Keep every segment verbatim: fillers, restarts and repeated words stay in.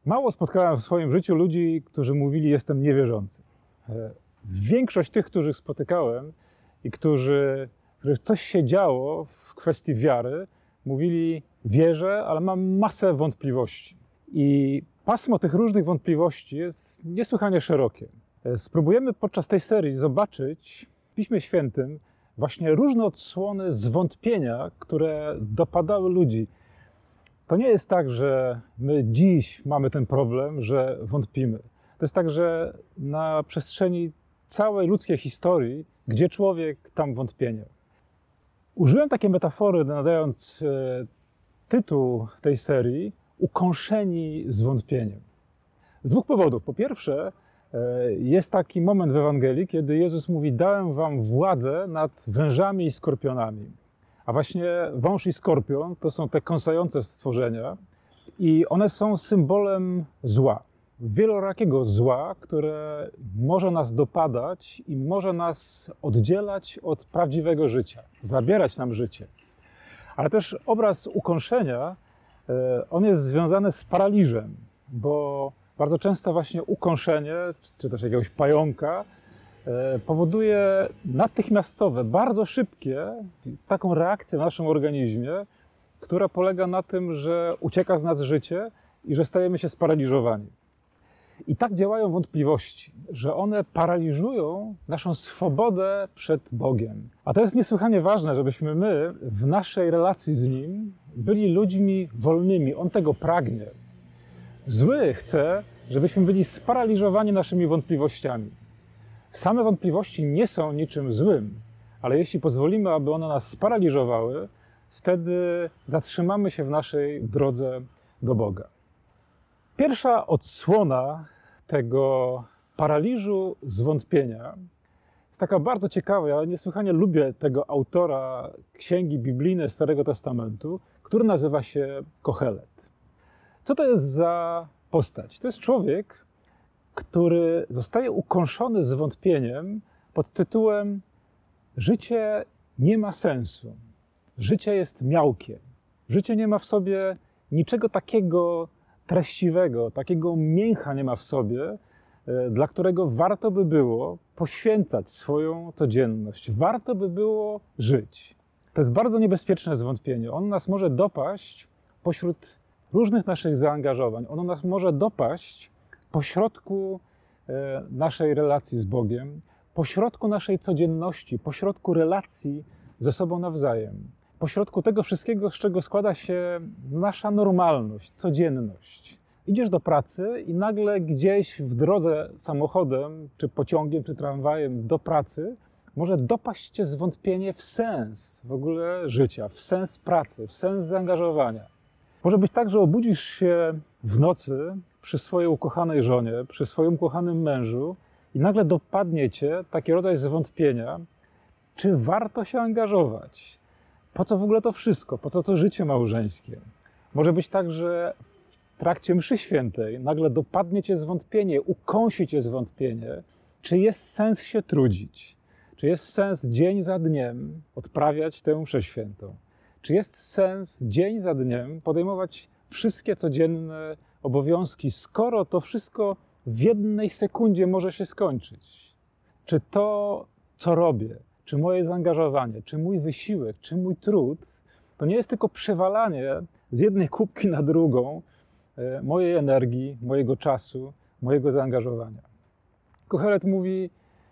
Mało spotkałem w swoim życiu ludzi, którzy mówili: jestem niewierzący. Większość tych, których spotykałem i którzy, których coś się działo w kwestii wiary, mówili: wierzę, ale mam masę wątpliwości. I pasmo tych różnych wątpliwości jest niesłychanie szerokie. Spróbujemy podczas tej serii zobaczyć w Piśmie Świętym właśnie różne odsłony zwątpienia, które dopadały ludzi. To nie jest tak, że my dziś mamy ten problem, że wątpimy. To jest tak, że na przestrzeni całej ludzkiej historii, gdzie człowiek, tam wątpienie. Użyłem takiej metafory, nadając tytuł tej serii: ukąszeni zwątpieniem. Z dwóch powodów. Po pierwsze, jest taki moment w Ewangelii, kiedy Jezus mówi: dałem wam władzę nad wężami i skorpionami. A właśnie wąż i skorpion to są te kąsające stworzenia i one są symbolem zła. Wielorakiego zła, które może nas dopadać i może nas oddzielać od prawdziwego życia, zabierać nam życie. Ale też obraz ukąszenia, on jest związany z paraliżem, bo bardzo często właśnie ukąszenie, czy też jakiegoś pająka, powoduje natychmiastowe, bardzo szybkie taką reakcję w naszym organizmie, która polega na tym, że ucieka z nas życie i że stajemy się sparaliżowani. I tak działają wątpliwości, że one paraliżują naszą swobodę przed Bogiem. A to jest niesłychanie ważne, żebyśmy my w naszej relacji z Nim byli ludźmi wolnymi. On tego pragnie. Zły chce, żebyśmy byli sparaliżowani naszymi wątpliwościami. Same wątpliwości nie są niczym złym, ale jeśli pozwolimy, aby one nas sparaliżowały, wtedy zatrzymamy się w naszej drodze do Boga. Pierwsza odsłona tego paraliżu zwątpienia jest taka bardzo ciekawa. Ja niesłychanie lubię tego autora księgi biblijnej Starego Testamentu, który nazywa się Kohelet. Co to jest za postać? To jest człowiek, który zostaje ukąszony zwątpieniem pod tytułem: życie nie ma sensu, życie jest miałkie, życie nie ma w sobie niczego takiego treściwego, takiego mięcha nie ma w sobie, dla którego warto by było poświęcać swoją codzienność, warto by było żyć. To jest bardzo niebezpieczne zwątpienie. Ono nas może dopaść pośród różnych naszych zaangażowań, ono nas może dopaść pośrodku naszej relacji z Bogiem, pośrodku naszej codzienności, pośrodku relacji ze sobą nawzajem, pośrodku tego wszystkiego, z czego składa się nasza normalność, codzienność. Idziesz do pracy i nagle gdzieś w drodze samochodem, czy pociągiem, czy tramwajem do pracy może dopaść cię zwątpienie w sens w ogóle życia, w sens pracy, w sens zaangażowania. Może być tak, że obudzisz się w nocy przy swojej ukochanej żonie, przy swoim ukochanym mężu i nagle dopadnie cię taki rodzaj zwątpienia, czy warto się angażować. Po co w ogóle to wszystko? Po co to życie małżeńskie? Może być tak, że w trakcie mszy świętej nagle dopadnie cię zwątpienie, ukąsi cię zwątpienie, czy jest sens się trudzić? Czy jest sens dzień za dniem odprawiać tę mszę świętą? Czy jest sens dzień za dniem podejmować wszystkie codzienne obowiązki, skoro to wszystko w jednej sekundzie może się skończyć? Czy to, co robię, czy moje zaangażowanie, czy mój wysiłek, czy mój trud, to nie jest tylko przewalanie z jednej kubki na drugą mojej energii, mojego czasu, mojego zaangażowania? Kohelet mówi: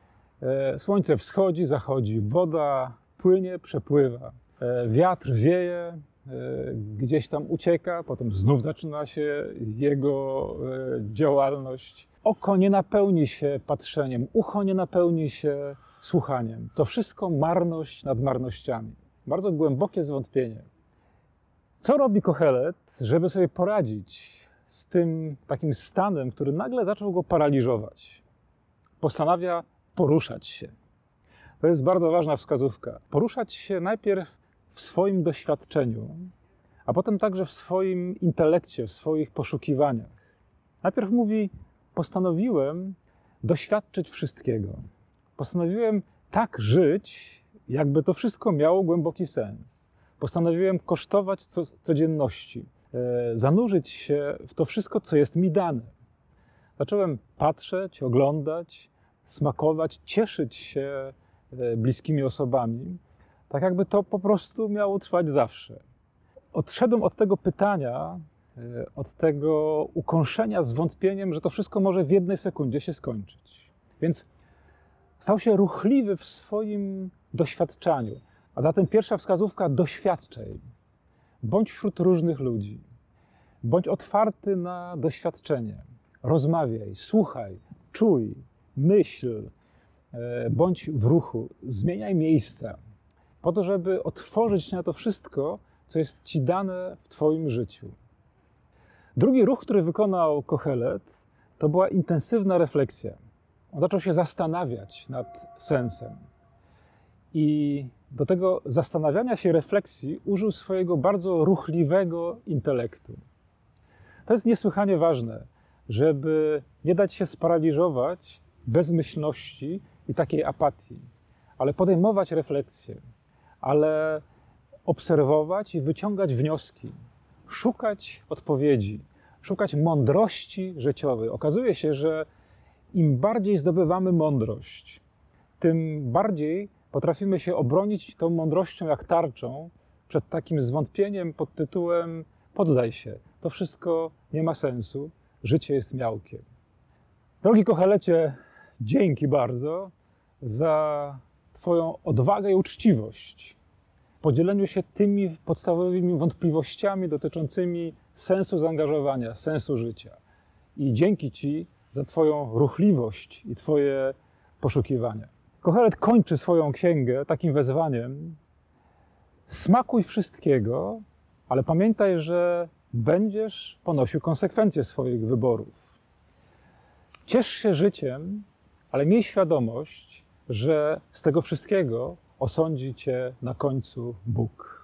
słońce wschodzi, zachodzi, woda płynie, przepływa, wiatr wieje, gdzieś tam ucieka, potem znów zaczyna się jego działalność. Oko nie napełni się patrzeniem, ucho nie napełni się słuchaniem. To wszystko marność nad marnościami. Bardzo głębokie zwątpienie. Co robi Kohelet, żeby sobie poradzić z tym takim stanem, który nagle zaczął go paraliżować? Postanawia poruszać się. To jest bardzo ważna wskazówka. Poruszać się najpierw w swoim doświadczeniu, a potem także w swoim intelekcie, w swoich poszukiwaniach. Najpierw mówi: postanowiłem doświadczyć wszystkiego. Postanowiłem tak żyć, jakby to wszystko miało głęboki sens. Postanowiłem kosztować co, codzienności, zanurzyć się w to wszystko, co jest mi dane. Zacząłem patrzeć, oglądać, smakować, cieszyć się bliskimi osobami, tak jakby to po prostu miało trwać zawsze. Odszedłem od tego pytania, od tego ukąszenia zwątpieniem, że to wszystko może w jednej sekundzie się skończyć. Więc stał się ruchliwy w swoim doświadczaniu. A zatem pierwsza wskazówka: doświadczaj. Bądź wśród różnych ludzi. Bądź otwarty na doświadczenie. Rozmawiaj, słuchaj, czuj, myśl. Bądź w ruchu. Zmieniaj miejsca. Po to, żeby otworzyć na to wszystko, co jest ci dane w twoim życiu. Drugi ruch, który wykonał Kohelet, to była intensywna refleksja. On zaczął się zastanawiać nad sensem. I do tego zastanawiania się, refleksji użył swojego bardzo ruchliwego intelektu. To jest niesłychanie ważne, żeby nie dać się sparaliżować bezmyślności i takiej apatii, ale podejmować refleksję, ale obserwować i wyciągać wnioski, szukać odpowiedzi, szukać mądrości życiowej. Okazuje się, że im bardziej zdobywamy mądrość, tym bardziej potrafimy się obronić tą mądrością jak tarczą przed takim zwątpieniem pod tytułem: poddaj się, to wszystko nie ma sensu, życie jest miałkiem. Drogi Kohelecie, dzięki bardzo za twoją odwagę i uczciwość w podzieleniu się tymi podstawowymi wątpliwościami dotyczącymi sensu zaangażowania, sensu życia. I dzięki ci za twoją ruchliwość i twoje poszukiwania. Kohelet kończy swoją księgę takim wezwaniem: smakuj wszystkiego, ale pamiętaj, że będziesz ponosił konsekwencje swoich wyborów. Ciesz się życiem, ale miej świadomość, że z tego wszystkiego osądzi cię na końcu Bóg.